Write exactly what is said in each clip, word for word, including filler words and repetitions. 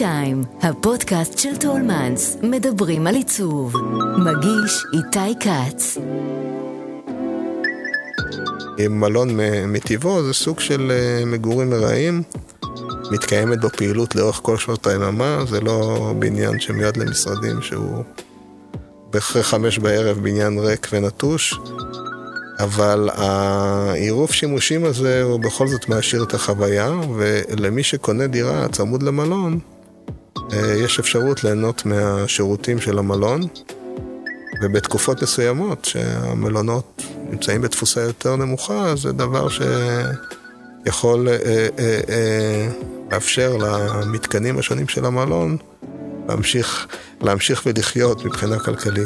טיים, הפודקאסט של טולמנס, מדברים על עיצוב. מגיש איתי קץ. מלון מטבעו זה סוג של מגורים מרעים, מתקיימת בו פעילות לאורך כל שעות היממה, זה לא בניין שמיועד למשרדים שהוא באחרי חמש בערב בניין ריק ונטוש, אבל העירוב שימושים הזה הוא בכל זאת מעשיר את החוויה, ולמי שקונה דירה צמוד למלון, יש אפשרות ליהנות מהשירותים של המלון, ובתקופות מסוימות שהמלונות נמצאים בתפוסה יותר נמוכה, זה דבר שיכול אה, אה, אה, לאפשר למתקנים השונים של המלון להמשיך, להמשיך ולחיות מבחינה כלכלית.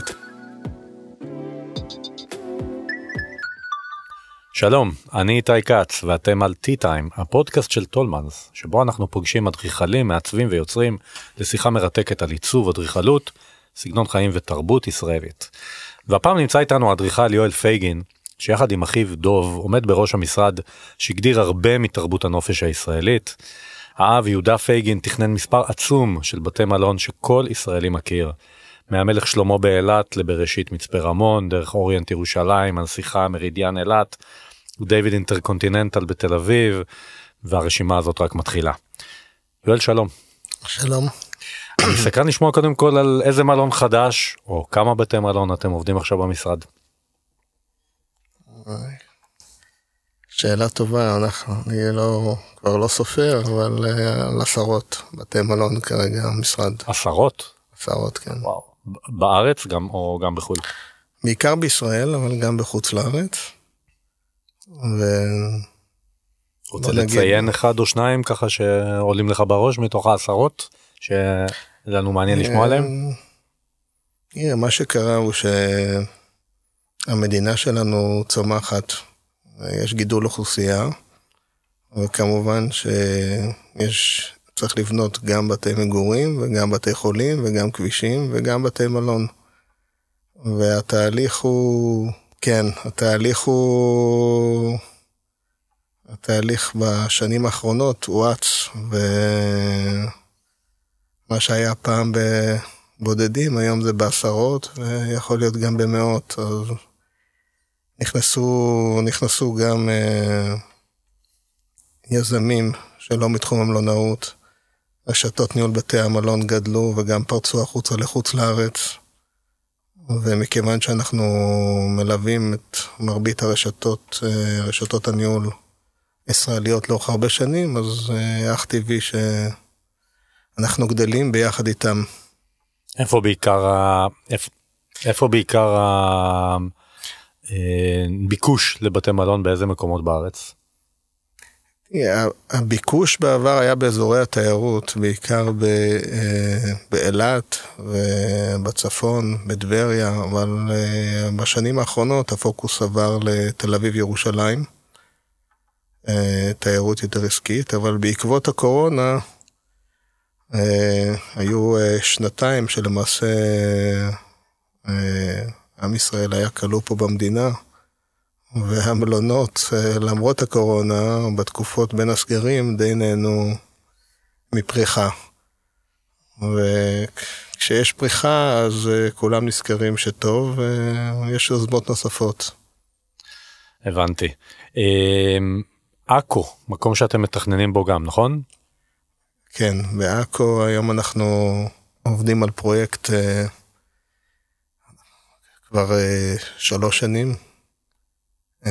שלום, אני איתי קץ, ואתם על טי טיים, הפודקאסט של טולמנס, שבו אנחנו פוגשים אדריכלים, מעצבים ויוצרים לשיחה מרתקת על עיצוב, אדריכלות, סגנון חיים ותרבות ישראלית. והפעם נמצא איתנו אדריכל יואל פייגין, שיחד עם אחיו דוב עומד בראש המשרד שהגדיר הרבה מתרבות הנופש הישראלית. האב יהודה פייגין תכנן מספר עצום של בתי מלון שכל ישראלי מכיר. מהמלך שלמה באילת לבראשית מצפה רמון, דרך אוריינט ירושלים, הנסיכה, מרידיאן אילת, ודייוויד אינטרקונטיננטל בתל אביב, והרשימה הזאת רק מתחילה. יואל, שלום. שלום. אני סקרן לשמוע קודם כל על איזה מלון חדש, או כמה בתי מלון אתם עובדים עכשיו במשרד. שאלה טובה, אנחנו, אני לא, כבר לא סופר, אבל על עשרות בתי מלון כרגע המשרד. עשרות? עשרות, כן. וואו. בארץ גם, או גם בחו"ל? בעיקר בישראל, אבל גם בחוץ לארץ. ו... רוצה לציין אחד או שניים ככה שעולים לך בראש מתוך העשרות, שלנו מעניין לשמוע עליהם? מה שקרה הוא שהמדינה שלנו צומחת, יש גידול אוכלוסייה, וכמובן שיש, צריך לבנות גם בתי מגורים, וגם בתי חולים, וגם כבישים, וגם בתי מלון. והתהליך הוא, כן, התהליך הוא, התהליך בשנים האחרונות הוא אץ, ומה שהיה פעם בבודדים, היום זה בעשרות, ויכול להיות גם במאות, אז נכנסו, נכנסו גם uh, יזמים שלא מתחום המלונאות, רשתות ניהול בתי המלון גדלו וגם פרצו החוצה לחוץ לארץ, ומכיוון שאנחנו מלווים את מרבית הרשתות, uh, רשתות הניהול ישראליות לאורך הרבה שנים, אז uh, אך טבעי שאנחנו גדלים ביחד איתם. איפה בעיקר, איפה, איפה בעיקר ה... ביקוש לבתי מלון באיזה מקומות בארץ? הביקוש בעבר היה באזורי התיירות, בעיקר באילת ובצפון, בדבריה, אבל בשנים האחרונות הפוקוס עבר לתל אביב ירושלים, תיירות יותר עסקית, אבל בעקבות הקורונה היו שנתיים שלמעשה עם ישראל היה כלוא פה במדינה, והמלונות, למרות הקורונה, בתקופות בין הסגרים, די נהנו מפריחה. וכשיש פריחה, אז כולם נזכרים שטוב, ויש יוזמות נוספות. הבנתי. עכו, מקום שאתם מתכננים בו גם, נכון? כן, בעכו היום אנחנו עובדים על פרויקט כבר uh, שלוש שנים. Uh,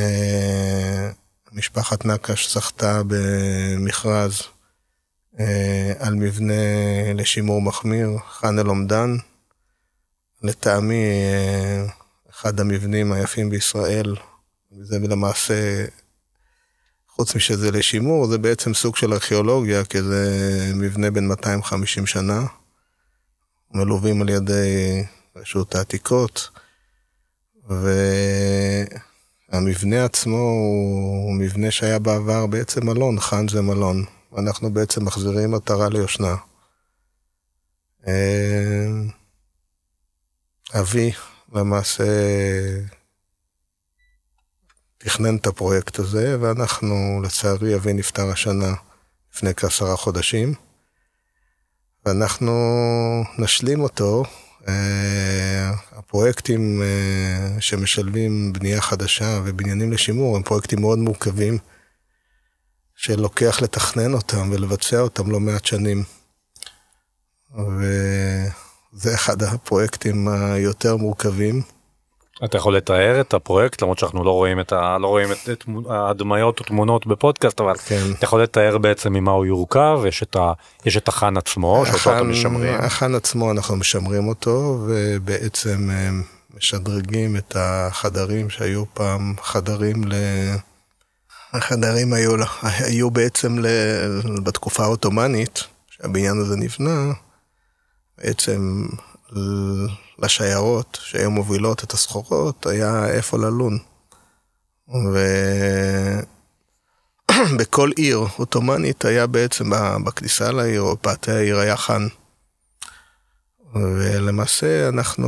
משפחת נקש זכתה במכרז uh, על מבנה לשימור מחמיר, חאן אל-עומדן. לטעמי uh, אחד המבנים היפים בישראל, וזה למעשה, חוץ משזה לשימור, זה בעצם סוג של ארכיאולוגיה, כי זה מבנה בין מאתיים וחמישים שנה, מלווים על ידי רשות העתיקות, והמבנה עצמו הוא מבנה שהיה בעבר בעצם מלון, חאן זה מלון, ואנחנו בעצם מחזירים מטרה ליושנה. אבי למעשה תכנן את הפרויקט הזה, ואנחנו לצערי אבי נפטר השנה לפני כעשרה חודשים, ואנחנו נשלים אותו. הפרויקטים שמשלבים בנייה חדשה ובניינים לשימור הם פרויקטים מאוד מורכבים, שלוקח לתכנן אותם ולבצע אותם לא מעט שנים. וזה אחד הפרויקטים היותר מורכבים. אתה יכול לתאר את הפרויקט, למרות שאנחנו לא רואים את, ה, לא רואים את, את הדמיות או תמונות בפודקאסט, אבל כן. אתה יכול לתאר בעצם ממה הוא יורכב, יש את, ה, יש את החן עצמו, שאותו אתם משמרים. החן עצמו אנחנו משמרים אותו, ובעצם משדרגים את החדרים שהיו פעם חדרים ל... החדרים היו, היו בעצם ל... בתקופה האוטומנית, שהבניין הזה נבנה, בעצם לשיירות שהיו מובילות את הסחורות, היה איפה ללון. ובכל עיר אוטומנית היה בעצם בכניסה לעיר או פאתי העיר היה חן. ולמעשה אנחנו,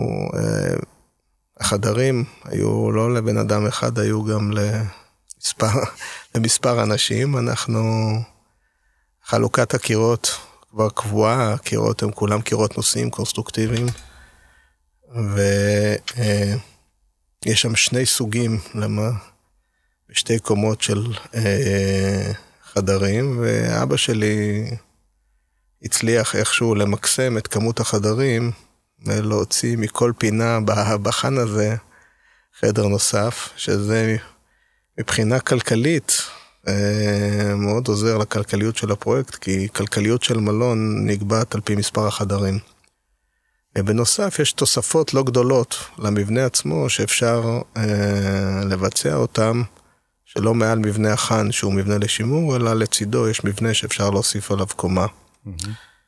החדרים היו לא לבן אדם אחד, היו גם למספר, למספר אנשים. אנחנו, חלוקת הקירות כבר קבועה, הקירות הם כולם קירות נושאים קונסטרוקטיביים, ויש שם שני סוגים, למה? בשתי קומות של חדרים, ואבא שלי הצליח איכשהו למקסם את כמות החדרים, ולהוציא מכל פינה בחן הזה חדר נוסף, שזה מבחינה כלכלית, מאוד עוזר לכלכליות של הפרויקט, כי כלכליות של מלון נקבעת על פי מספר החדרים. ובנוסף יש תוספות לא גדולות למבנה עצמו, שאפשר אה, לבצע אותם, שלא מעל מבנה החן שהוא מבנה לשימור, אלא לצידו יש מבנה שאפשר להוסיף עליו קומה. Mm-hmm.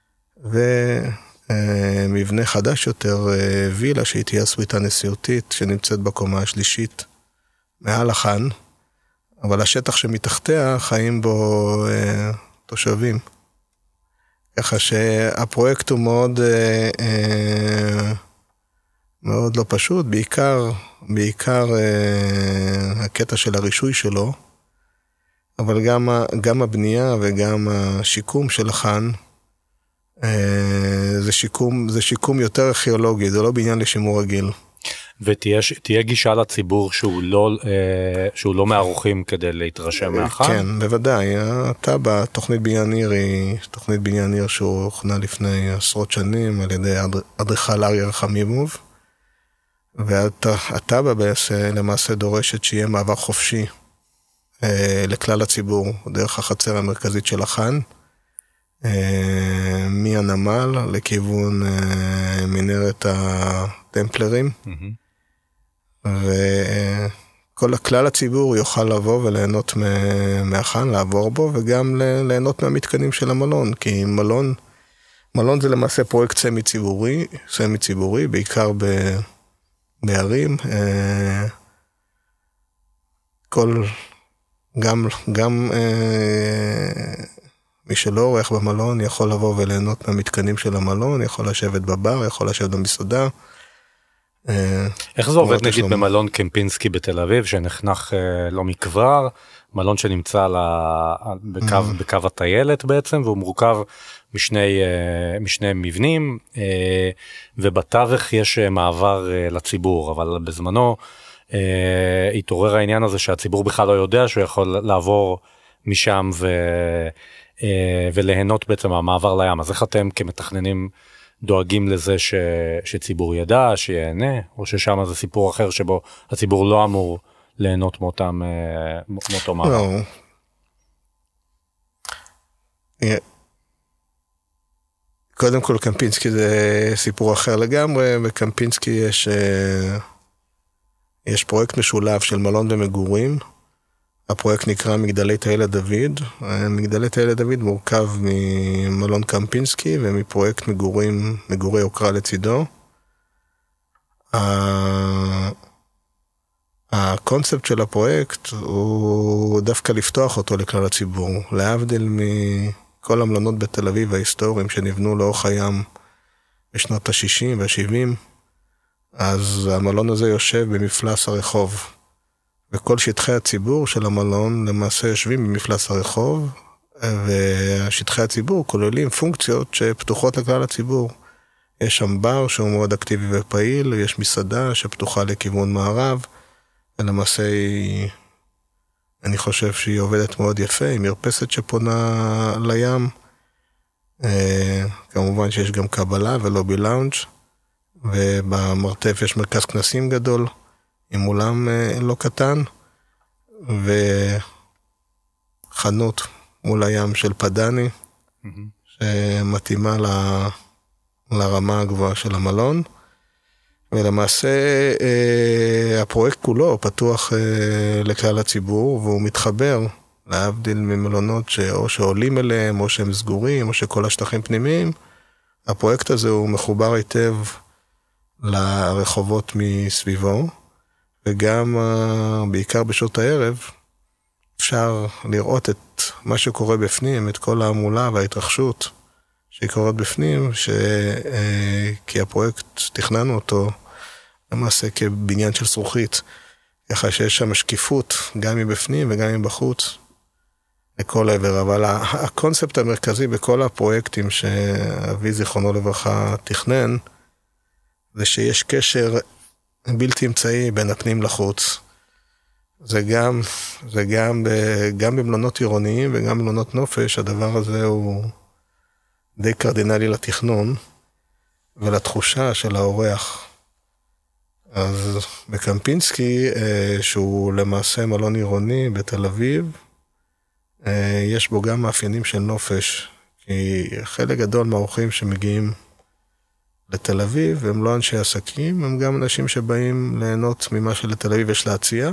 ומבנה אה, חדש יותר, אה, וילה שהיא תהיה סוויטה נשיאותית, שנמצאת בקומה השלישית מעל החן, אבל השטח שמתחתיה חיים בו אה, תושבים. ככה שהפרויקט הוא מאוד, אה, אה, מאוד לא פשוט, בעיקר, בעיקר אה, הקטע של הרישוי שלו, אבל גם, גם הבנייה וגם השיקום של החן, אה, זה שיקום, זה שיקום יותר ארכיאולוגי, זה לא בניין לשימור רגיל. ותהיה גישה לציבור שהוא לא, שהוא לא מערוכים כדי להתרשם מהחן? כן, בוודאי. הטאבה, תוכנית בניין עיר היא תוכנית בניין עיר שהוכנה לפני עשרות שנים על ידי אדריכל אריה רחמימוב, והטאבה למעשה דורשת שיהיה מעבר חופשי לכלל הציבור, דרך החצר המרכזית של החן, מהנמל לכיוון מנהרת הטמפלרים, וכל הכלל הציבור יוכל לבוא וליהנות מהחן, לעבור בו, וגם ליהנות מהמתקנים של המלון, כי מלון, מלון זה למעשה פרויקט סמי ציבורי, סמי ציבורי, בעיקר בערים, כל, גם, גם מי שלא עורך במלון יכול לבוא וליהנות מהמתקנים של המלון, יכול לשבת בבר, יכול לשבת במסעדה. איך זה עובד נגיד במלון קמפינסקי בתל אביב, שנחנך לא מכבר, מלון שנמצא בקו, בקו הטיילת בעצם, והוא מורכב משני, משני מבנים, ובתווך יש מעבר לציבור, אבל בזמנו התעורר העניין הזה שהציבור בכלל לא יודע שהוא יכול לעבור משם ו... וליהנות בעצם מהמעבר לים. אז איך אתם כמתכננים דואגים לזה ש... שציבור ידע, שיהנה, או ששם זה סיפור אחר שבו הציבור לא אמור ליהנות מאותם, מאותו מעבר? לא. קודם כל קמפינסקי זה סיפור אחר לגמרי, בקמפינסקי יש, יש פרויקט משולב של מלון ומגורים, הפרויקט נקרא מגדלי תהילת דוד. מגדלי תהילת דוד מורכב ממלון קמפינסקי ומפרויקט מגורים, מגורי יוקרה לצידו. הקונספט של הפרויקט הוא דווקא לפתוח אותו לכלל הציבור, להבדיל מכל המלונות בתל אביב ההיסטוריים שנבנו לאורך הים בשנות ה-שישים וה-שבעים, אז המלון הזה יושב במפלס הרחוב. וכל שטחי הציבור של המלון למעשה יושבים במפלס הרחוב, ושטחי הציבור כוללים פונקציות שפתוחות לכלל הציבור. יש שם בר שהוא מאוד אקטיבי ופעיל, יש מסעדה שפתוחה לכיוון מערב, ולמעשה היא, אני חושב שהיא עובדת מאוד יפה, היא מרפסת שפונה לים, כמובן שיש גם קבלה ולובי לאונג', ובמרתף יש מרכז כנסים גדול, עם אולם לא קטן, וחנות מול הים של פדני, mm-hmm. שמתאימה ל... לרמה הגבוהה של המלון, ולמעשה הפרויקט כולו פתוח לכלל הציבור, והוא מתחבר להבדיל ממלונות שאו שעולים אליהם, או שהם סגורים, או שכל השטחים פנימיים. הפרויקט הזה הוא מחובר היטב לרחובות מסביבו, וגם בעיקר בשעות הערב אפשר לראות את מה שקורה בפנים, את כל העמולה וההתרחשות שקורות בפנים, ש... כי הפרויקט תכננו אותו למעשה כבניין של זכוכית, ככה שיש שם שקיפות גם מבפנים וגם מבחוץ לכל עבר, אבל הקונספט המרכזי בכל הפרויקטים שאבי זיכרונו לברכה תכנן, זה שיש קשר בלתי אמצעי בין הפנים לחוץ. זה גם, זה גם, גם במלונות עירוניים וגם במלונות נופש, הדבר הזה הוא די קרדינלי לתכנון ולתחושה של האורח. אז בקמפינסקי, שהוא למעשה מלון עירוני בתל אביב, יש בו גם מאפיינים של נופש, כי חלק גדול מהאורחים שמגיעים לתל אביב הם לא אנשי עסקים, הם גם אנשים שבאים ליהנות ממה שלתל אביב יש להציע,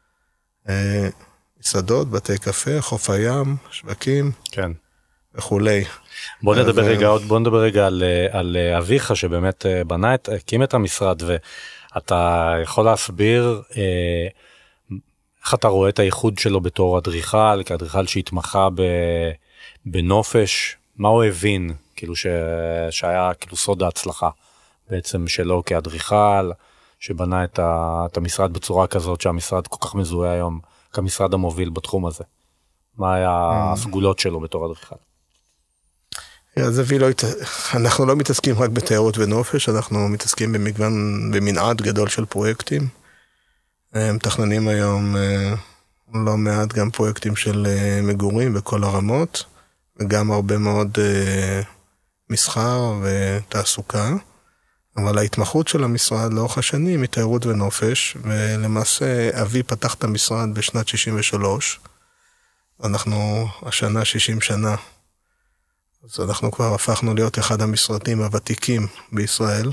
מסעדות, בתי קפה, חוף הים, שווקים, כן. וכולי. בוא נדבר רגע עוד, בוא נדבר רגע על, על אביך שבאמת בנה את, הקים את המשרד, ואתה יכול להסביר אה, איך אתה רואה את הייחוד שלו בתור אדריכל, כאדריכל שהתמחה ב, בנופש, מה הוא הבין, כאילו ש, שהיה כאילו סוד ההצלחה בעצם שלו כאדריכל, שבנה את, ה, את המשרד בצורה כזאת שהמשרד כל כך מזוהה היום כמשרד המוביל בתחום הזה. מה היה הסגולות שלו בתור אדריכל? אז אבי לא, אנחנו לא מתעסקים רק בתיירות ונופש, אנחנו מתעסקים במגוון, במנעד גדול של פרויקטים. מתכננים היום לא מעט גם פרויקטים של מגורים בכל הרמות, וגם הרבה מאוד מסחר ותעסוקה. אבל ההתמחות של המשרד לאורך השנים היא תיירות ונופש, ולמעשה אבי פתח את המשרד בשנת שישים ושלוש. אנחנו השנה שישים שנה. אז אנחנו כבר הפכנו להיות אחד המשרדים הוותיקים בישראל,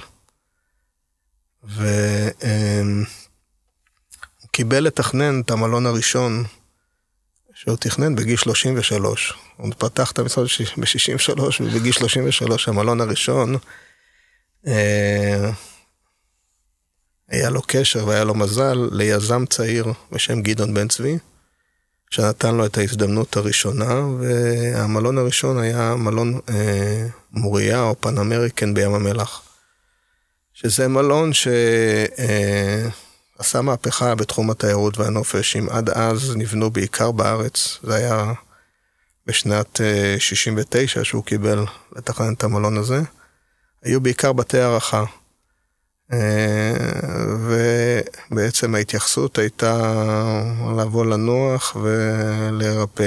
והוא קיבל לתכנן את המלון הראשון שהוא תכנן בגיל שלושים ושלוש. הוא פתח את המשרד ב-שישים ושלוש, ובגיל שלושים ושלוש המלון הראשון היה לו קשר והיה לו מזל ליזם צעיר בשם גדעון בן צבי, שנתן לו את ההזדמנות הראשונה, והמלון הראשון היה מלון אה, מוריה או פן אמריקן בים המלח, שזה מלון שעשה אה, מהפכה בתחום התיירות והנופש. אם עד אז נבנו בעיקר בארץ, זה היה בשנת אה, שישים ותשע שהוא קיבל לתכנן את המלון הזה, היו בעיקר בתי הערכה, ובעצם ההתייחסות הייתה לבוא לנוח ולהירפא.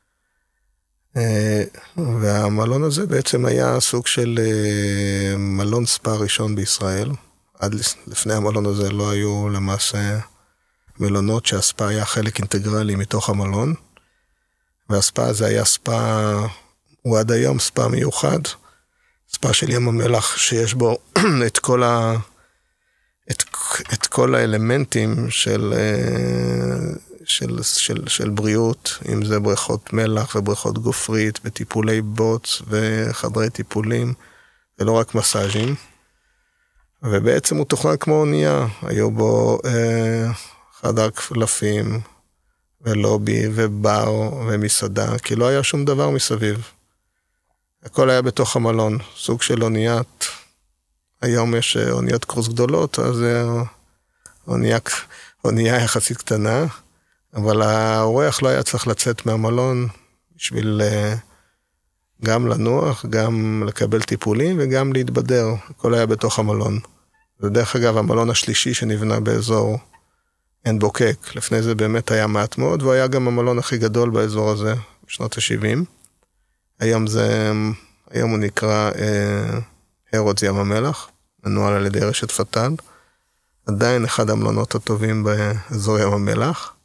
והמלון הזה בעצם היה סוג של מלון ספא ראשון בישראל. עד לפני המלון הזה לא היו למעשה מלונות שהספא היה חלק אינטגרלי מתוך המלון, והספא הזה היה ספא, הוא עד היום ספא מיוחד, ספא של ים המלח שיש בו את כל ה... את, את כל האלמנטים של, של, של, של בריאות, אם זה בריכות מלח ובריכות גופרית וטיפולי בוץ וחדרי טיפולים, ולא רק מסאז'ים. ובעצם הוא תוכנן כמו אונייה, היו בו אה, חדר קלפים ולובי ובר ומסעדה, כי לא היה שום דבר מסביב. הכל היה בתוך המלון, סוג של אוניית, היום יש אוניות קרוז גדולות, אז אונייה, אונייה יחסית קטנה, אבל האורח לא היה צריך לצאת מהמלון בשביל גם לנוח, גם לקבל טיפולים וגם להתבדר. הכל היה בתוך המלון. ודרך אגב, המלון השלישי שנבנה באזור עין בוקק, לפני זה באמת היה מעט מאוד, והוא היה גם המלון הכי גדול באזור הזה, בשנות ה-שבעים. היום זה, היום הוא נקרא אה, הרודס ים המלח, מנוהל על ידי רשת פטל. עדיין אחד המלונות הטובים באזור ים המלח.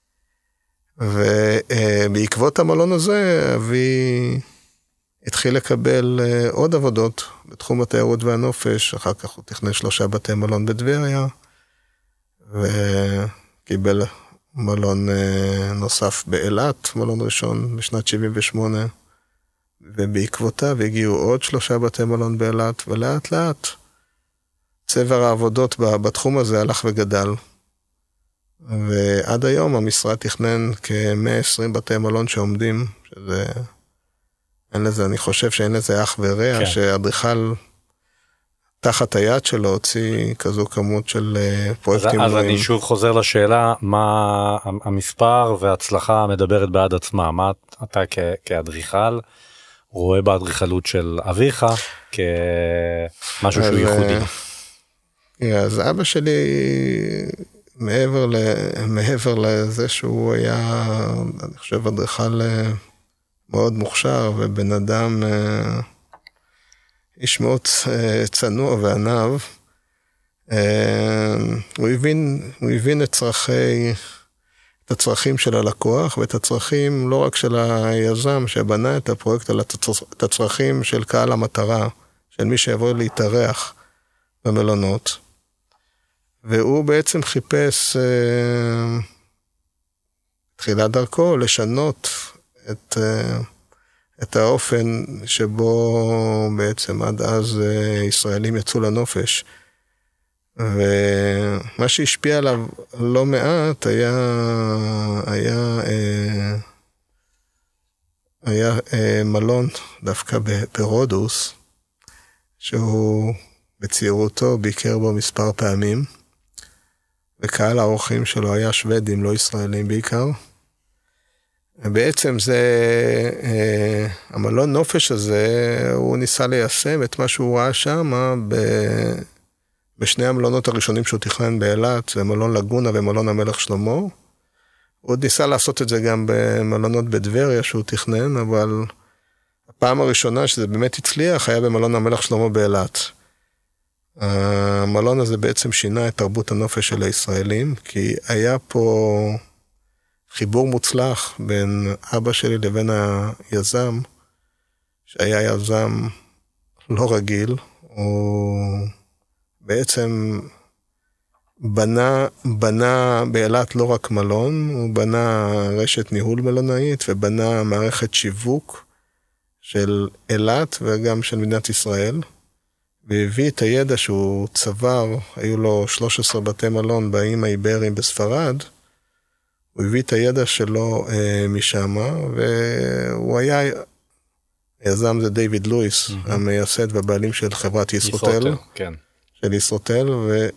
ובעקבות המלון הזה, אבי התחיל לקבל עוד עבודות בתחום התיירות והנופש, אחר כך הוא תכנן שלושה בתי מלון בדבריה, וקיבל מלון נוסף באילת, מלון ראשון בשנת שבעים ושמונה, ובעקבותיו הגיעו עוד שלושה בתי מלון באילת, ולאט לאט צבר העבודות בתחום הזה הלך וגדל. ועד היום המשרד תכנן כ-מאה ועשרים בתי מלון שעומדים, שזה, אין לזה, אני חושב שאין לזה אח ורע, כן. שהאדריכל תחת היד שלו הוציא כזו כמות של פרויקטים. אז, אז אני שוב חוזר לשאלה, מה המספר וההצלחה מדברת בעד עצמה? מה אתה כ- כאדריכל רואה באדריכלות של אביך כמשהו שהוא ייחודי? אז אבא שלי, מעבר, ל, מעבר לזה שהוא היה, אני חושב, אדריכל מאוד מוכשר ובן אדם, איש מאוד צנוע וענב, הוא הבין, הוא הבין את צרכי, את הצרכים של הלקוח ואת הצרכים לא רק של היזם שבנה את הפרויקט, אלא את הצרכים של קהל המטרה, של מי שיבוא להתארח במלונות. והוא בעצם חיפש אה, תחילת דרכו לשנות את, אה, את האופן שבו בעצם עד אז אה, ישראלים יצאו לנופש. ומה שהשפיע עליו לא מעט היה, היה, אה, היה אה, מלון דווקא ברודוס, שהוא בצעירותו ביקר בו מספר פעמים. וקהל האורחים שלו היה שוודים, לא ישראלים בעיקר. בעצם זה, אה, המלון נופש הזה, הוא ניסה ליישם את מה שהוא ראה שם, ב, בשני המלונות הראשונים שהוא תכנן באילת, זה מלון לגונה ומלון המלך שלמה. הוא עוד ניסה לעשות את זה גם במלונות בדבריה שהוא תכנן, אבל הפעם הראשונה שזה באמת הצליח, היה במלון המלך שלמה באילת. המלון הזה בעצם שינה את תרבות הנופש של הישראלים, כי היה פה חיבור מוצלח בין אבא שלי לבין היזם, שהיה יזם לא רגיל, הוא בעצם בנה, בנה באילת לא רק מלון, הוא בנה רשת ניהול מלונאית, ובנה מערכת שיווק של אילת וגם של מדינת ישראל, והביא את הידע שהוא צבר, היו לו שלושה עשר בתי מלון באיים האיברים בספרד, הוא הביא את הידע שלו אה, משם, והוא היה, היזם זה דיוויד לואיס, mm-hmm. המייסד והבעלים של חברת ישרוטל, ישרוטל, כן. של ישרוטל, ו,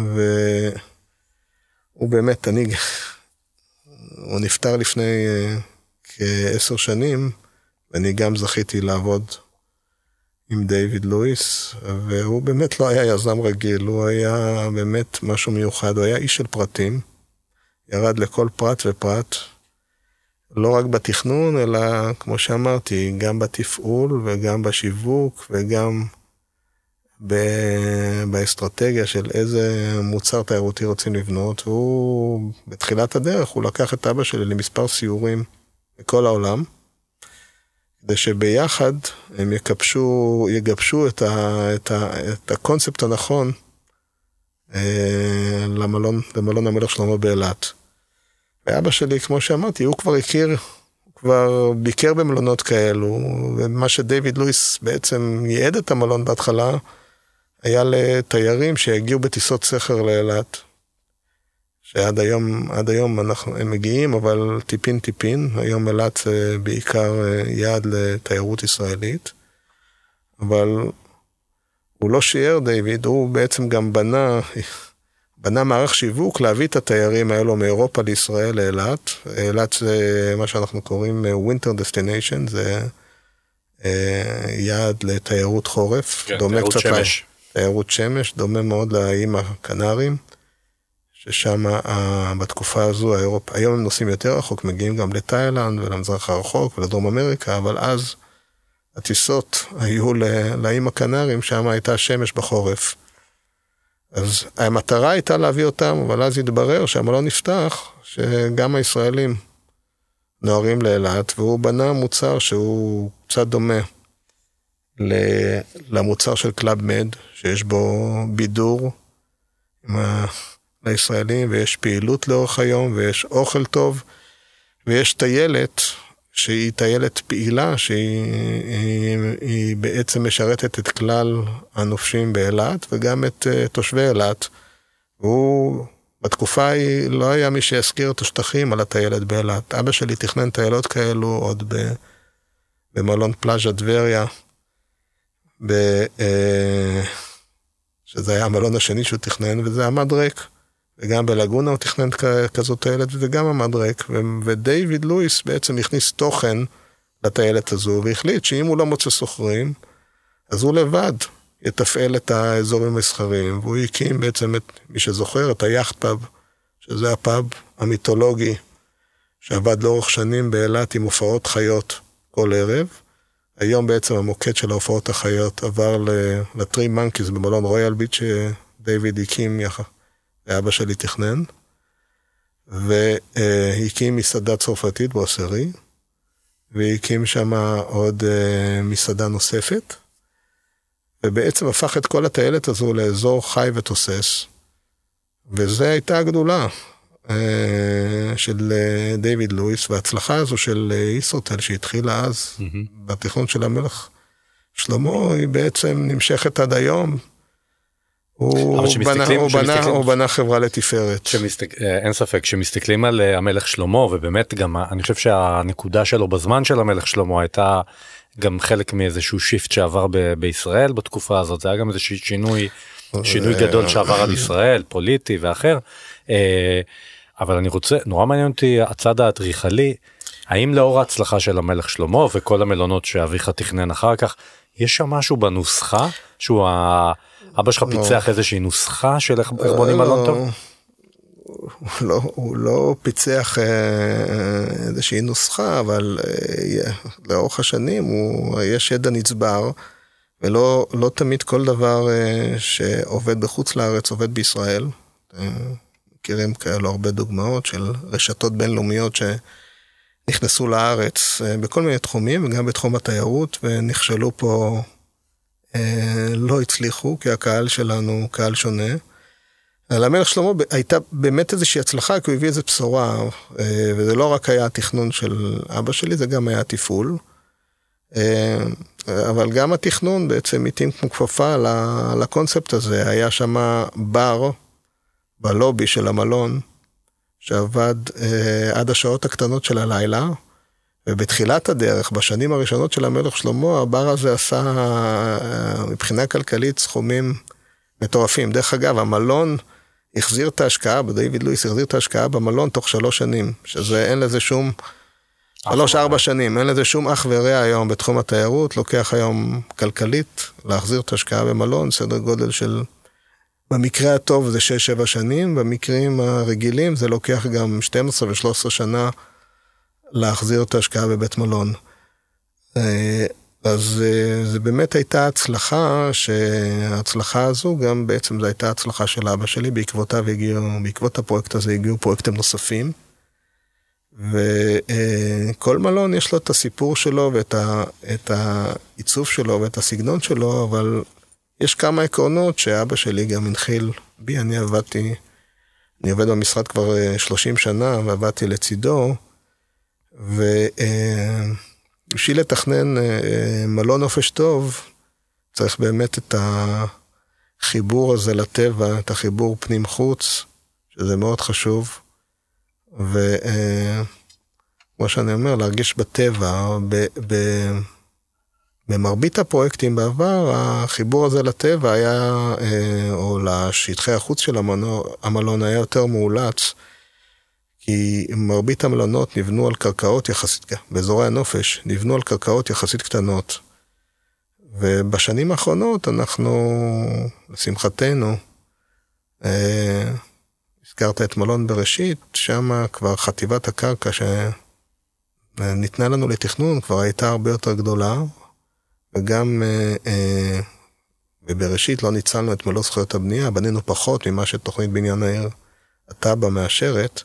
והוא באמת, אני, הוא נפטר לפני אה, כעשר שנים, ואני גם זכיתי לעבוד עם דיוויד לואיס, והוא באמת לא היה יזם רגיל, הוא היה באמת משהו מיוחד, הוא היה איש של פרטים, ירד לכל פרט ופרט, לא רק בתכנון, אלא כמו שאמרתי, גם בתפעול וגם בשיווק וגם ב- באסטרטגיה של איזה מוצר תיירותי רוצים לבנות, והוא בתחילת הדרך, הוא לקח את אבא שלי למספר סיורים בכל העולם, כדי שביחד הם יקפשו, יגבשו את, ה, את, ה, את הקונספט הנכון אה, למלון, למלון המלך שלמה באילת. ואבא שלי, כמו שאמרתי, הוא כבר הכיר, הוא כבר ביקר במלונות כאלו, ומה שדיוויד לואיס בעצם ייעד את המלון בהתחלה, היה לתיירים שיגיעו בטיסות סחר לאילת. שעד היום, עד היום אנחנו, הם מגיעים, אבל טיפין טיפין, היום אילת זה בעיקר יעד לתיירות ישראלית, אבל הוא לא שיער דיוויד, הוא בעצם גם בנה, בנה מערך שיווק להביא את התיירים האלו מאירופה לישראל לאילת. אילת זה מה שאנחנו קוראים Winter Destination, זה יעד לתיירות חורף. כן, תיירות שמש. תיירות שמש, דומה מאוד לאיים הקנריים, ששם בתקופה הזו, האירופה, היום הם נוסעים יותר רחוק, מגיעים גם לתאילנד ולמזרח הרחוק ולדרום אמריקה, אבל אז הטיסות היו לאיים הקנריים, שם הייתה שמש בחורף. אז המטרה הייתה להביא אותם, אבל אז התברר שהמלון נפתח, שגם הישראלים נוערים לאילת, והוא בנה מוצר שהוא קצת דומה למוצר של קלאב מד, שיש בו בידור לישראלים, ויש פעילות לאורך היום, ויש אוכל טוב, ויש טיילת, שהיא טיילת פעילה, שהיא היא בעצם משרתת את כלל הנופשים באילת, וגם את uh, תושבי אילת. והוא, בתקופה היא, לא היה מי שיזכיר את השטחים על הטיילת באילת. אבא שלי תכנן טיילות כאלו עוד ב, במלון פלאז'ה דבריה, ב, uh, שזה היה המלון השני שהוא תכנן, וזה עמד ריק. וגם בלגונה הוא תכנן כזאת טיילת, וזה גם עמד ריק, ודייוויד לואיס בעצם הכניס תוכן לטיילת הזו, והחליט שאם הוא לא מוצא סוחרים, אז הוא לבד יתפעל את האזורים המסחריים, והוא הקים בעצם את מי שזוכר, את היאכט פאב, שזה הפאב המיתולוגי, שעבד לאורך שנים באילת עם הופעות חיות כל ערב. היום בעצם המוקד של ההופעות החיות עבר לטרי מנקיז במלון רויאל ביץ' שדייוויד הקים יחד. ואבא שלי תכנן, והקים מסעדה צרפתית בעושרי, והקים שם עוד מסעדה נוספת, ובעצם הפך את כל הטיילת הזו לאזור חי ותוסס, וזו הייתה הגדולה של דיוויד לואיס, וההצלחה הזו של ישרוטל שהתחילה אז, mm-hmm. בתכנון של המלך שלמה, היא בעצם נמשכת עד היום, הוא בנה, הוא, בנה, הוא בנה חברה לתפארת. שמסתק... אין ספק, שמסתכלים על המלך שלמה, ובאמת גם, אני חושב שהנקודה שלו בזמן של המלך שלמה הייתה גם חלק מאיזשהו שיפט שעבר ב- בישראל בתקופה הזאת, זה היה גם איזשהו שינוי, שינוי גדול שעבר על ישראל, פוליטי ואחר, אבל אני רוצה, נורא מעניין אותי הצד האדריכלי, האם לאור ההצלחה של המלך שלמה וכל המלונות שאביך תכנן אחר כך, יש שם משהו בנוסחה שהוא ה... אבא שלך פיצח איזושהי נוסחה של איך בונים מלון טוב? לא, הוא לא פיצח איזושהי נוסחה, אבל לאורך השנים יש ידע נצבר, ולא לא תמיד כל דבר שעובד בחוץ לארץ עובד בישראל. מכירים כאלו הרבה דוגמאות של רשתות בינלאומיות שנכנסו לארץ בכל מיני תחומים, וגם בתחום התיירות, ונכשלו פה, לא הצליחו, כי הקהל שלנו הוא קהל שונה. למלך שלמה הייתה באמת איזושהי הצלחה, כי הוא הביא איזו בשורה, וזה לא רק היה התכנון של אבא שלי, זה גם היה התפעול. אבל גם התכנון בעצם התאים כמו כפפה לקונספט הזה. היה שם בר בלובי של המלון, שעבד עד השעות הקטנות של הלילה, ובתחילת הדרך, בשנים הראשונות של המלך שלמה, הבר הזה עשה מבחינה כלכלית סכומים מטורפים. דרך אגב, המלון החזיר את ההשקעה, בדיוויד לואיס החזיר את ההשקעה במלון תוך שלוש שנים, שזה אין לזה שום, שלוש ארבע שנים, אין לזה שום אח ורע היום בתחום התיירות, לוקח היום כלכלית להחזיר את ההשקעה במלון, סדר גודל של, במקרה הטוב זה שש שבע שנים, במקרים הרגילים זה לוקח גם שתים עשרה ו-שלוש עשרה שנה להחזיר את ההשקעה בבית מלון. אז זה באמת הייתה הצלחה, שההצלחה הזו גם בעצם זו הייתה הצלחה של אבא שלי, בעקבותיו הגיעו, בעקבות הפרויקט הזה הגיעו פרויקטים נוספים, וכל מלון יש לו את הסיפור שלו, ואת ה, את העיצוב שלו, ואת הסגנון שלו, אבל יש כמה עקרונות שאבא שלי גם הנחיל בי. אני עבדתי, אני עובד במשרד כבר שלושים שנה, ועבדתי לצידו, ו... בשביל לתכנן מלון נופש טוב, צריך באמת את החיבור הזה לטבע, את החיבור פנים חוץ, שזה מאוד חשוב, וכמו שאני אומר, להרגיש בטבע, ב... ב... במרבית הפרויקטים בעבר, החיבור הזה לטבע היה, או לשטחי החוץ של המלון היה יותר מאולץ, כי מרבית המלונות נבנו על קרקעות יחסית, באזורי הנופש, נבנו על קרקעות יחסית קטנות. ובשנים האחרונות אנחנו, לשמחתנו, הזכרת את מלון בראשית, שם כבר חטיבת הקרקע שניתנה לנו לתכנון כבר הייתה הרבה יותר גדולה, וגם בבראשית לא ניצלנו את מלוא זכויות הבנייה, בנינו פחות ממה שתוכנית בניין העיר התב"ע מאשרת,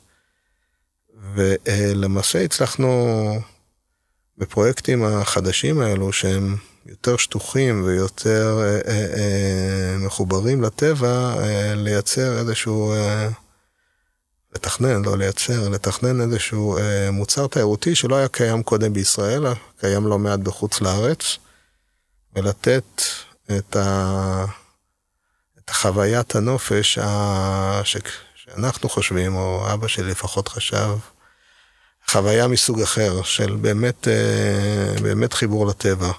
ולמעשה הצלחנו בפרויקטים החדשים האלו שהם יותר שטוחים ויותר אה, אה, אה, מחוברים לטבע, אה, לייצר איזשהו, אה, לתכנן, לא לייצר, לתכנן איזשהו אה, מוצר תיירותי שלא היה קיים קודם בישראל, קיים לא מעט בחוץ לארץ, ולתת את, ה, את החוויית הנופש ה, ש, שאנחנו חושבים, או אבא שלי לפחות חשב, חוויה מסוג אחר של באמת, אה, באמת חיבור לטבע.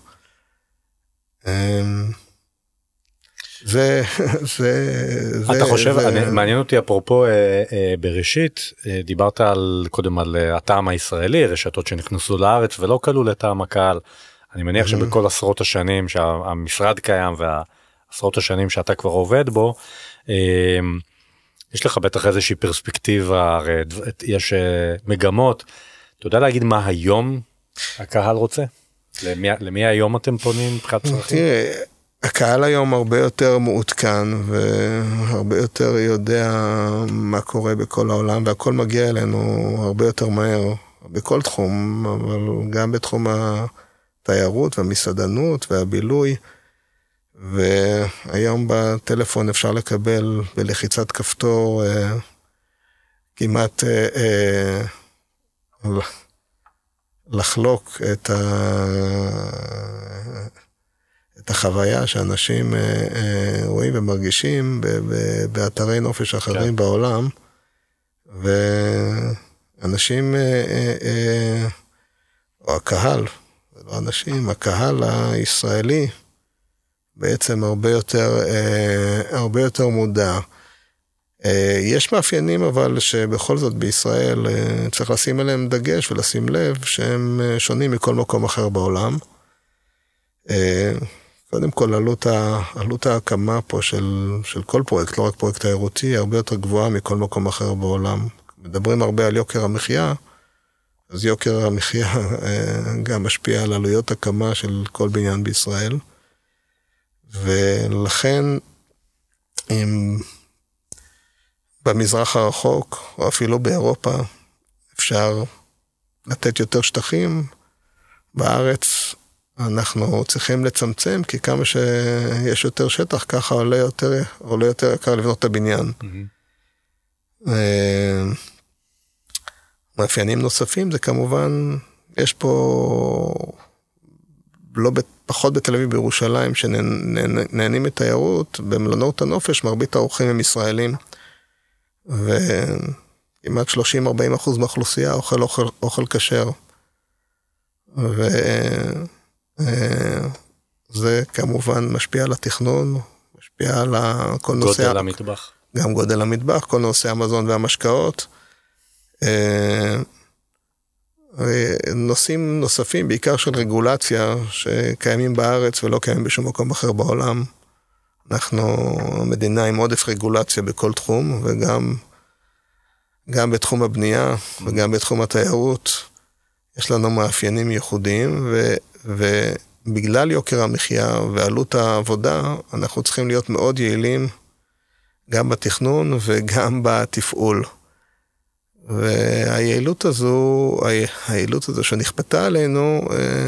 זה, זה, אתה חושב, זה... אני, מעניין אותי אפרופו אה, אה, בראשית, אה, דיברת על, קודם על אה, הטעם הישראלי, רשתות שנכנסו לארץ ולא כלו לטעם הקהל. אני מניח שבכל עשרות השנים שהמשרד קיים והעשרות השנים שאתה כבר עובד בו, אה, יש לך בטח איזושהי פרספקטיבה, הרי יש אה, מגמות. אתה יודע להגיד מה היום הקהל רוצה? למי, למי היום אתם פונים מבחינת צרכים? תראה, הקהל היום הרבה יותר מעודכן, והרבה יותר יודע מה קורה בכל העולם, והכל מגיע אלינו הרבה יותר מהר, בכל תחום, אבל גם בתחום התיירות והמסעדנות והבילוי, והיום בטלפון אפשר לקבל בלחיצת כפתור כמעט לחלוק את, ה... את החוויה שאנשים רואים ומרגישים באתרי נופש אחרים כן. בעולם, ואנשים, או הקהל, לא אנשים, הקהל הישראלי בעצם הרבה יותר, הרבה יותר מודע. יש מאפיינים אבל שבכל זאת בישראל צריך לשים עליהם דגש ולשים לב שהם שונים מכל מקום אחר בעולם. קודם כל עלות, ה, עלות ההקמה פה של, של כל פרויקט, לא רק פרויקט תיירותי, הרבה יותר גבוהה מכל מקום אחר בעולם. מדברים הרבה על יוקר המחיה, אז יוקר המחיה גם משפיע על עלויות הקמה של כל בניין בישראל. ולכן אם במזרח הרחוק, או אפילו באירופה, אפשר לתת יותר שטחים. בארץ אנחנו צריכים לצמצם, כי כמה שיש יותר שטח, ככה עולה יותר, עולה יותר יקר לבנות את הבניין. Mm-hmm. מאפיינים נוספים, זה כמובן, יש פה, לא פחות בתל אביב בירושלים, שנהנים מתיירות, במלונות הנופש, מרבית האורחים הם ישראלים, וכמעט שלושים עד ארבעים אחוז מהאוכלוסייה אוכל אוכל, אוכל כשר. וזה כמובן משפיע על התכנון, משפיע על כל נושא... גודל המטבח. גם גודל המטבח, כל נושא המזון והמשקאות. נושאים נוספים, בעיקר של רגולציה, שקיימים בארץ ולא קיימים בשום מקום אחר בעולם. אנחנו מדינה עם עודף רגולציה בכל תחום, וגם גם בתחום הבנייה וגם בתחום התיירות, יש לנו מאפיינים ייחודיים, ו, ובגלל יוקר המחיה ועלות העבודה, אנחנו צריכים להיות מאוד יעילים, גם בתכנון וגם בתפעול. והיעילות הזו, היעילות הזו שנכפתה עלינו,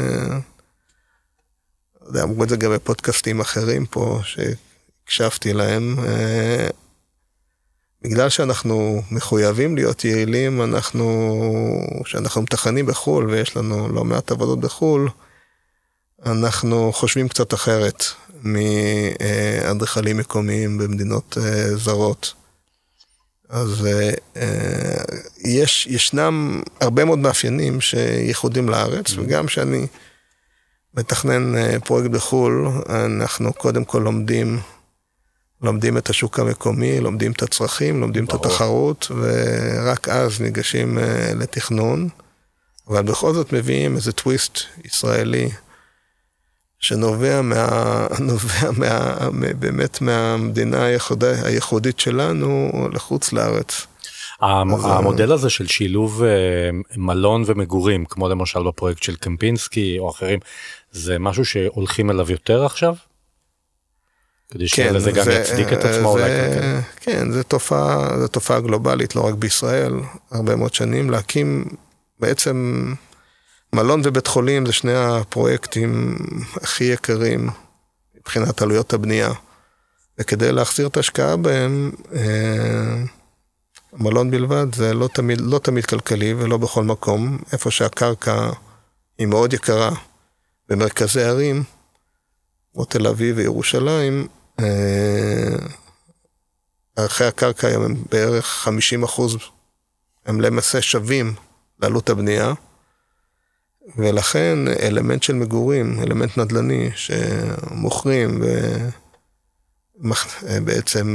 אה, אמרו את זה גם בפודקאסטים אחרים פה, שהקשבתי להם, אה, בגלל שאנחנו מחויבים להיות יעילים, אנחנו, שאנחנו מתכננים בחול, ויש לנו לא מעט עבודות בחול, אנחנו חושבים קצת אחרת מאדריכלים מקומיים במדינות זרות. אז יש, ישנם הרבה מאוד מאפיינים שייחודים לארץ, וגם שאני מתכנן פרויקט בחול, אנחנו קודם כל לומדים, לומדים את השוק המקומי, לומדים את הצרכים, לומדים ברור. את התחרות, ורק אז ניגשים לתכנון, אבל בכל זאת מביאים איזה טוויסט ישראלי, שנובע מה, נובע מה, באמת מהמדינה הייחודית שלנו לחוץ לארץ. המודל הזה של שילוב מלון ומגורים, כמו למשל בפרויקט של קמפינסקי או אחרים, זה משהו שהולכים אליו יותר עכשיו? כדי שזה גם יצדיק את עצמו אולי כלכלית. כן, זו תופעה, זו תופעה גלובלית, לא רק בישראל, הרבה מאוד שנים, להקים בעצם מלון ובית חולים, זה שני הפרויקטים הכי יקרים מבחינת עלויות הבנייה, וכדי להחזיר את ההשקעה בהם, מלון בלבד זה לא תמיד, לא תמיד כלכלי ולא בכל מקום, איפה שהקרקע היא מאוד יקרה במרכזי ערים, כמו תל אביב וירושלים, ערכי הקרקע הם בערך חמישים אחוז, הם למעשה שווים לעלות הבנייה, ולכן אלמנט של מגורים, אלמנט נדל"ני שמוכרים ובעצם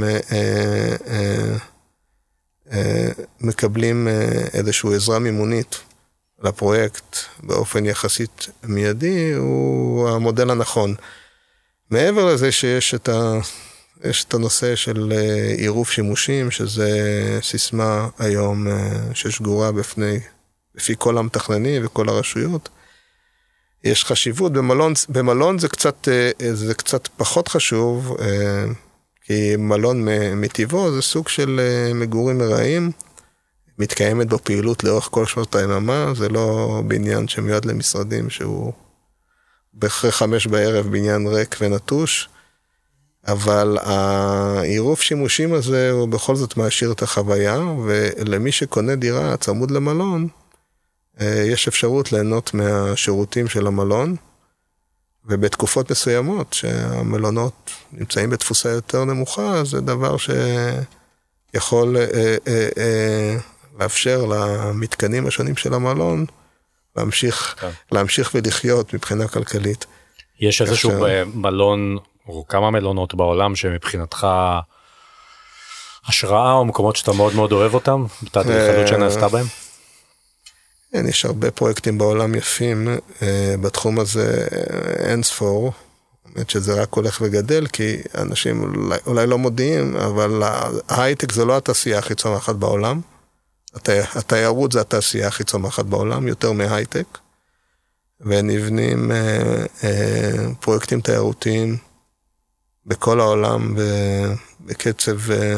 מקבלים איזשהו עזרה מימונית לפרויקט באופן יחסית מיידי, הוא המודל הנכון. מעבר לזה שיש את, ה, יש את הנושא של עירוב שימושים, שזה סיסמה היום ששגורה בפני, בפי כל המתכננים וכל הרשויות. יש חשיבות, במלון, במלון זה קצת, זה קצת פחות חשוב, כי מלון מטבעו זה סוג של מגורים מרעים, מתקיימת בו פעילות לאורך כל שעות היממה, זה לא בניין שמיועד למשרדים שהוא באחרי חמש בערב בניין ריק ונטוש, אבל העירוב שימושים הזה הוא בכל זאת מעשיר את החוויה, ולמי שקונה דירה צמוד למלון, יש אפשרות ליהנות מהשירותים של המלון, ובתקופות מסוימות שהמלונות נמצאים בתפוסה יותר נמוכה, זה דבר שיכול אה, אה, אה, לאפשר למתקנים השונים של המלון, להמשיך, כן. להמשיך ולחיות מבחינה כלכלית. יש איזשהו ש... מלון, או כמה מלונות בעולם שמבחינתך השראה, או מקומות שאתה מאוד מאוד אוהב אותם, בתת אדריכלות שנעשתה בהם? כן, יש הרבה פרויקטים בעולם יפים, בתחום הזה אין ספור, באמת שזה רק הולך וגדל, כי אנשים אולי, אולי לא מודיעים, אבל ההייטק זה לא התעשייה הכי צומחת בעולם, התיירות זה התעשייה הכי צומחת בעולם, יותר מהייטק, ונבנים פרויקטים תיירותיים בכל העולם, בקצב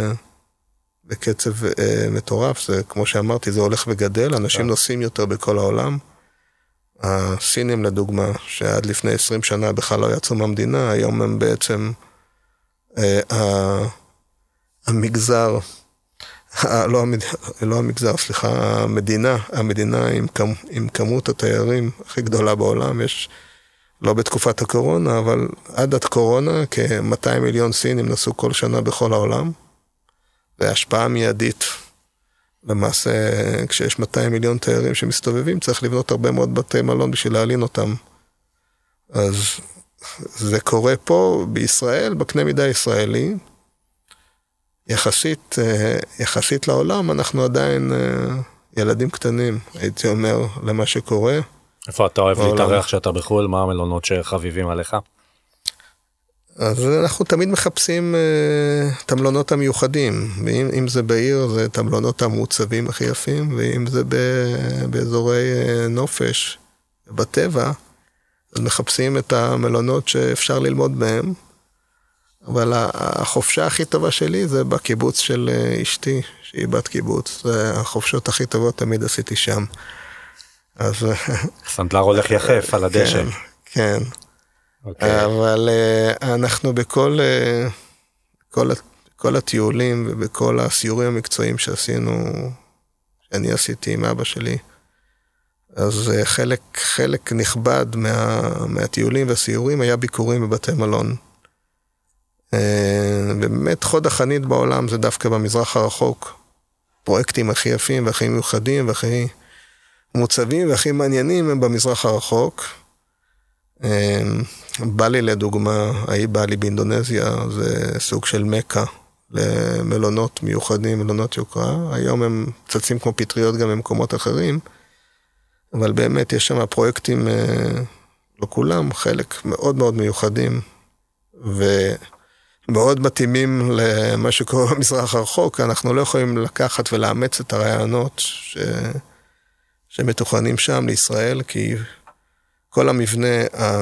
בקצב אה, מטורף, זה כמו שאמרתי, זה הולך וגדל, אנשים נוסעים יותר בכל העולם, הסינים לדוגמה, שעד לפני עשרים שנה בכלל לא יצאו מהמדינה, היום הם בעצם אה, המגזר, אה, לא, המד... לא המגזר, סליחה, המדינה, המדינה עם, כמ... עם כמות התיירים הכי גדולה בעולם, יש לא בתקופת הקורונה, אבל עד הקורונה כ-מאתיים מיליון סינים נסעו כל שנה בכל העולם, והשפעה מיידית, למעשה כשיש מאתיים מיליון תיירים שמסתובבים, צריך לבנות הרבה מאוד בתי מלון בשביל להעלין אותם. אז זה קורה פה בישראל, בקנה מידה ישראלי, יחסית, יחסית לעולם, אנחנו עדיין ילדים קטנים, הייתי אומר, למה שקורה. איפה אתה אוהב להתארח שאתה בחול? מה המלונות שחביבים עליך? אז אנחנו תמיד מחפשים uh, את המלונות המיוחדים, ואם זה בעיר זה את המלונות המעוצבים הכי יפים, ואם זה ב- באזורי uh, נופש, בטבע, אז מחפשים את המלונות שאפשר ללמוד בהם, אבל החופשה הכי טובה שלי זה בקיבוץ של uh, אשתי, שהיא בת קיבוץ, זה החופשות הכי טובות תמיד עשיתי שם. אז... סנדלר הולך יחף על הדשא. כן, כן. Okay. אבל uh, אנחנו בכל uh, כל, כל הטיולים ובכל הסיורים המקצועיים שעשינו, שאני עשיתי עם אבא שלי, אז uh, חלק, חלק נכבד מה, מהטיולים והסיורים היה ביקורים בבתי מלון. Uh, באמת חוד החנית בעולם זה דווקא במזרח הרחוק, פרויקטים הכי יפים והכי מיוחדים והכי מוצבים והכי מעניינים הם במזרח הרחוק, בא לי לדוגמה, ההיא בא לי באינדונזיה, זה סוג של מקה למלונות מיוחדים, מלונות יוקרה. היום הם צצים כמו פטריות גם במקומות אחרים, אבל באמת יש שם פרויקטים, לא כולם, חלק מאוד מאוד מיוחדים, ומאוד מתאימים למה שקורה במזרח הרחוק. אנחנו לא יכולים לקחת ולאמץ את הרעיונות ש... שמתוכננים שם לישראל, כי כל המבנה,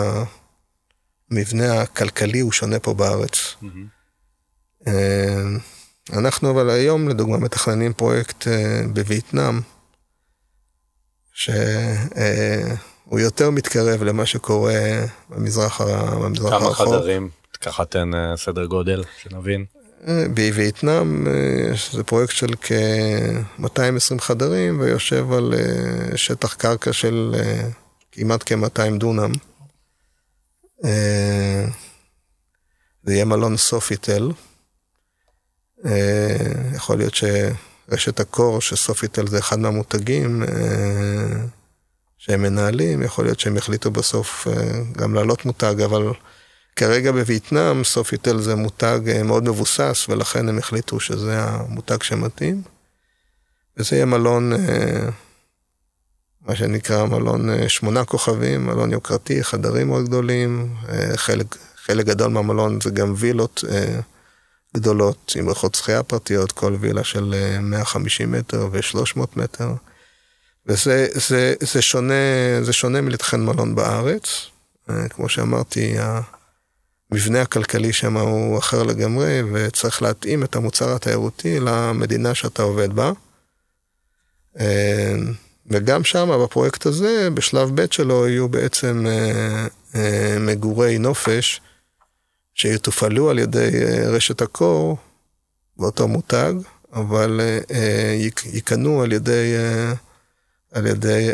המבנה הכלכלי הוא שונה פה בארץ. Mm-hmm. אנחנו אבל היום, לדוגמה, מתכננים פרויקט בווייטנאם, שהוא יותר מתקרב למה שקורה במזרח הרחוק. כמה חדרים, ככה תן סדר גודל, שנבין. בווייטנאם זה פרויקט של כ-מאתיים ועשרים חדרים, ויושב על שטח קרקע של כמעט כ-מאתיים דונם. זה יהיה מלון סופיטל. יכול להיות שרשת הקור, שסופיטל זה אחד מהמותגים שהם מנהלים, יכול להיות שהם יחליטו בסוף גם לעלות מותג, אבל כרגע בווייטנאם סופיטל זה מותג מאוד מבוסס, ולכן הם החליטו שזה המותג שמתאים. וזה יהיה מלון, מה שנקרא מלון שמונה כוכבים, מלון יוקרתי, חדרים מאוד גדולים, חלק, חלק גדול מהמלון זה גם וילות גדולות, עם בריכות שחייה פרטיות, כל וילה של מאה וחמישים מטר ו-שלוש מאות מטר. וזה זה, זה שונה, זה שונה מלתכן מלון בארץ. כמו שאמרתי, המבנה הכלכלי שם הוא אחר לגמרי, וצריך להתאים את המוצר התיירותי למדינה שאתה עובד בה. וגם שם, בפרויקט הזה, בשלב ב' שלו, יהיו בעצם מגורי נופש, שיתופעלו על ידי רשת הקור, באותו מותג, אבל יקנו על ידי, על ידי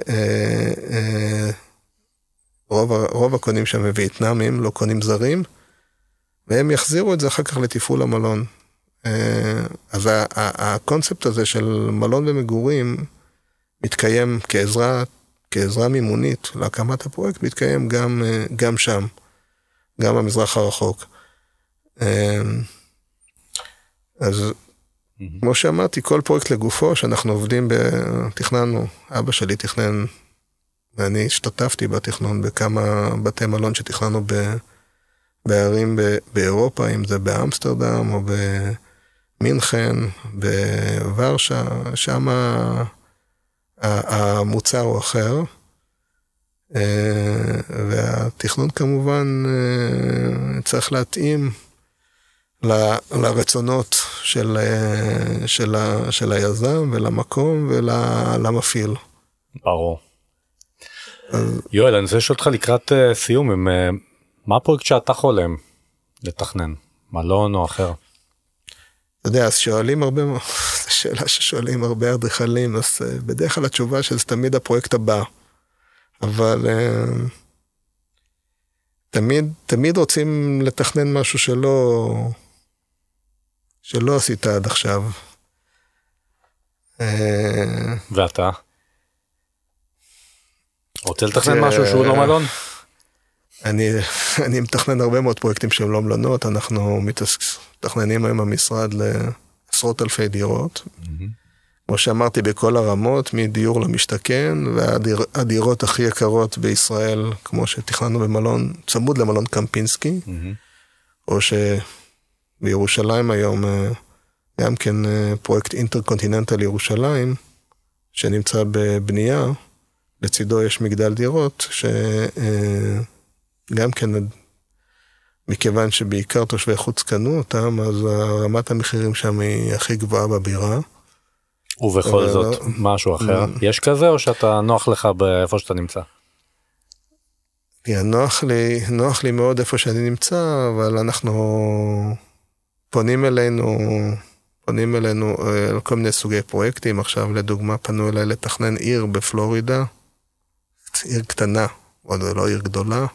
רוב, רוב הקונים שם בווייטנאמים, לא קונים זרים, והם יחזירו את זה אחר כך לתפעול המלון. אז הקונספט הזה של מלון ומגורים מתקיים כעזרה, כעזרה מימונית להקמת הפרויקט, מתקיים גם, גם שם, גם במזרח הרחוק. אז כמו שאמרתי, כל פרויקט לגופו שאנחנו עובדים, תכננו, אבא שלי תכנן, ואני השתתפתי בתכנון בכמה בתי מלון שתכננו בערים באירופה, אם זה באמסטרדם או במינכן, בוורשה, שם המוצר הוא אחר. והתכנון כמובן צריך להתאים לרצונות של, של, של היזם ולמקום ולמפעיל. ברור. אז... יואל, אני רוצה לשאול אותך לקראת סיום, מה הפרויקט שאתה חולם לתכנן? מלון או אחר? אתה יודע, אז שואלים הרבה, שאלה ששואלים הרבה אדריכלים, אז בדרך כלל התשובה שזה תמיד הפרויקט הבא. אבל תמיד, תמיד רוצים לתכנן משהו שלא, שלא עשית עד עכשיו. ואתה? רוצה לתכנן משהו שהוא לא מלון? אני, אני מתכנן הרבה מאוד פרויקטים שהם לא מלונות, אנחנו מתכננים היום במשרד לעשרות אלפי דירות. כמו שאמרתי, בכל הרמות, מדיור למשתכן, והדירות הכי יקרות בישראל, כמו שתכננו במלון, צמוד למלון קמפינסקי, או שבירושלים היום, גם כן פרויקט אינטרקונטיננטל ירושלים, שנמצא בבנייה, לצידו יש מגדל דירות, שגם כן, מכיוון שבעיקר תושבי חוץ קנו אותם, אז רמת המחירים שם היא הכי גבוהה בבירה, ובכל זאת משהו אחר. יש כזה או שאתה נוח לך באיפה שאתה נמצא? נוח לי, נוח לי מאוד איפה שאני נמצא, אבל אנחנו פונים אלינו, פונים אלינו על כל מיני סוגי פרויקטים. עכשיו לדוגמה פנו אליי לתכנן עיר בפלורידה, עיר קטנה, עוד לא עיר גדולה.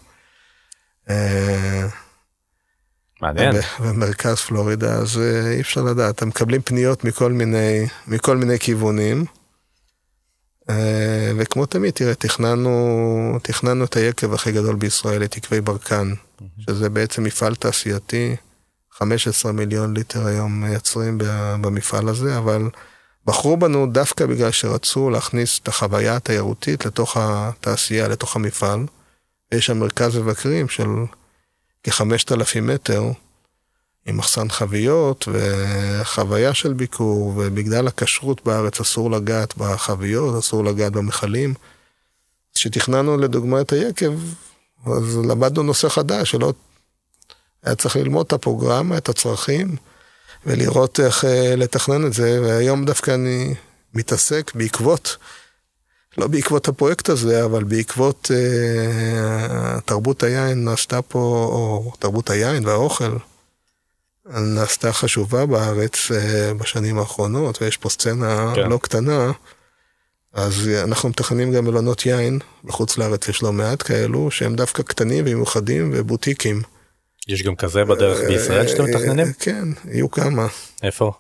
מעניין. במרכז פלורידה, אז אי אפשר לדעת, הם מקבלים פניות מכל מיני, מכל מיני כיוונים. וכמו תמיד, תראה, תכננו, תכננו את היקב הכי גדול בישראל, את יקבי ברקן, שזה בעצם מפעל תעשייתי, חמישה עשר מיליון ליטר היום מייצרים במפעל הזה, אבל בחרו בנו דווקא בגלל שרצו להכניס את החוויה התיירותית לתוך התעשייה, לתוך המפעל, ויש שם מרכז מבקרים של כ-חמשת אלפים מטר, עם מחסן חביות וחוויה של ביקור, ובגלל הכשרות בארץ אסור לגעת בחביות, אסור לגעת במחלים. כשתכננו לדוגמה את היקב, אז למדנו נושא חדש, שלא היה צריך ללמוד את הפרוגרמה, את הצרכים, ולראות איך לתכנן את זה, והיום דווקא אני מתעסק בעקבות, לא בעקבות הפרויקט הזה, אבל בעקבות uh, תרבות היין נעשתה פה, או תרבות היין והאוכל, נעשתה חשובה בארץ uh, בשנים האחרונות, ויש פה סצנה כן. לא קטנה, אז אנחנו מתכננים גם מלונות יין, בחוץ לארץ יש לא מעט כאלו, שהם דווקא קטנים ומיוחדים ובוטיקים. יש גם כזה בדרך בישראל שאתם מתכננים? כן, יהיו כמה. איפה?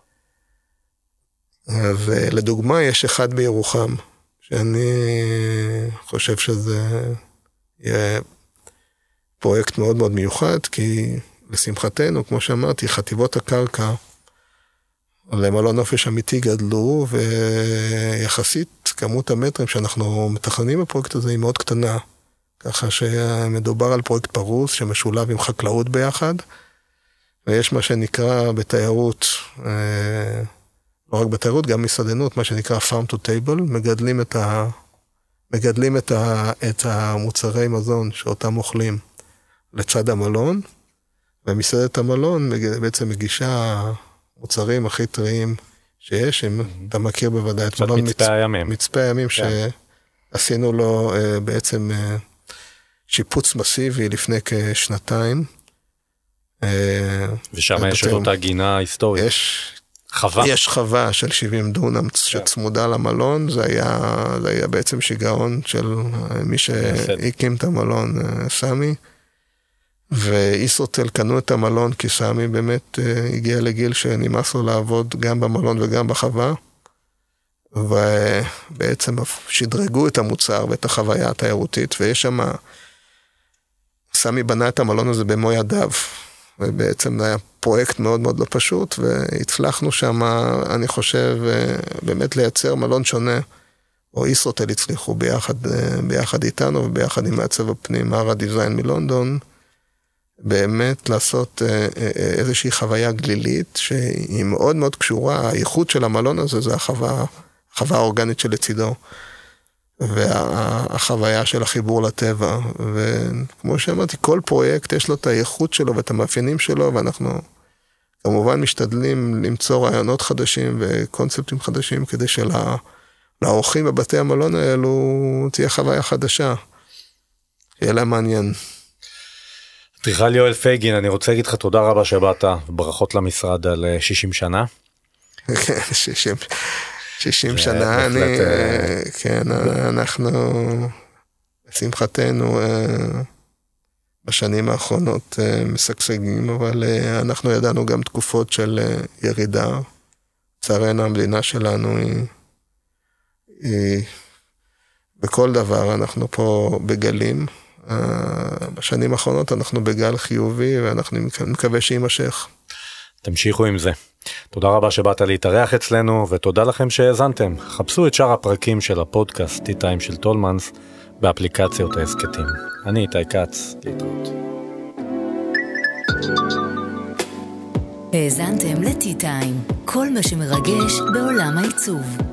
אז לדוגמה, יש אחד בירוחם, שאני חושב שזה יהיה פרויקט מאוד מאוד מיוחד, כי לשמחתנו, כמו שאמרתי, חטיבות הקרקע למלון נופש אמיתי גדלו, ויחסית כמות המטרים שאנחנו מתכננים בפרויקט הזה היא מאוד קטנה, ככה שמדובר על פרויקט פרוס שמשולב עם חקלאות ביחד, ויש מה שנקרא בתיירות, לא רק בתיירות, גם מסעדנות, מה שנקרא farm to table, מגדלים את, ה, מגדלים את, ה, את המוצרי מזון שאותם אוכלים לצד המלון, ומסעדת המלון בעצם מגישה מוצרים הכי טריים שיש, אם אתה מכיר בוודאי את מלון מצפה מצ... הימים. מצפה הימים שעשינו לו בעצם שיפוץ מסיבי לפני כשנתיים. ושם יש את אותה גינה היסטורית. יש חווה. יש חווה של שבעים דונם שצמודה למלון, זה היה, זה היה בעצם שיגעון של מי שהקים את המלון, סמי. ואיסרוטל קנו את המלון, כי סמי באמת הגיע לגיל שנמאס לו לעבוד גם במלון וגם בחווה, ובעצם שדרגו את המוצר ואת החוויה התיירותית, ויש שם, סמי בנה את המלון הזה במו ידיו, ובעצם היה פרויקט מאוד מאוד לא פשוט, והצלחנו שם, אני חושב, באמת לייצר מלון שונה, או איסרוטל הצליחו ביחד, ביחד איתנו, וביחד עם מעצב הפנים, מרה דיזיין מלונדון, באמת לעשות איזושהי חוויה גלילית, שהיא מאוד מאוד קשורה, הייחוד של המלון הזה, זה החווה, החווה האורגנית שלצידו, והחוויה של החיבור לטבע, וכמו שאמרתי, כל פרויקט יש לו את הייחוד שלו ואת המאפיינים שלו, ואנחנו כמובן משתדלים למצוא רעיונות חדשים וקונספטים חדשים, כדי שלאורחים בבתי המלון האלו תהיה חוויה חדשה, יהיה להם מעניין. אדריכל יואל פייגין, אני רוצה להגיד לך תודה רבה שבאת, וברכות למשרד על שישים שנה. כן, שישים שישים שנה, אני, כן, אנחנו, לשמחתנו, בשנים האחרונות משגשגים, אבל אנחנו ידענו גם תקופות של ירידה. לצערנו, המדינה שלנו היא, היא, בכל דבר, אנחנו פה בגלים. בשנים האחרונות אנחנו בגל חיובי, ואנחנו מקווה שימשך. תמשיכו עם זה. תודה רבה שבאת להתארח אצלנו, ותודה לכם שהאזנתם. חפשו את שאר הפרקים של הפודקאסט Tea Time של טולמנס באפליקציות ההסקטים. אני איתי כץ, להתראות. האזנתם ל-Tea Time, כל מה שמרגש בעולם העיצוב.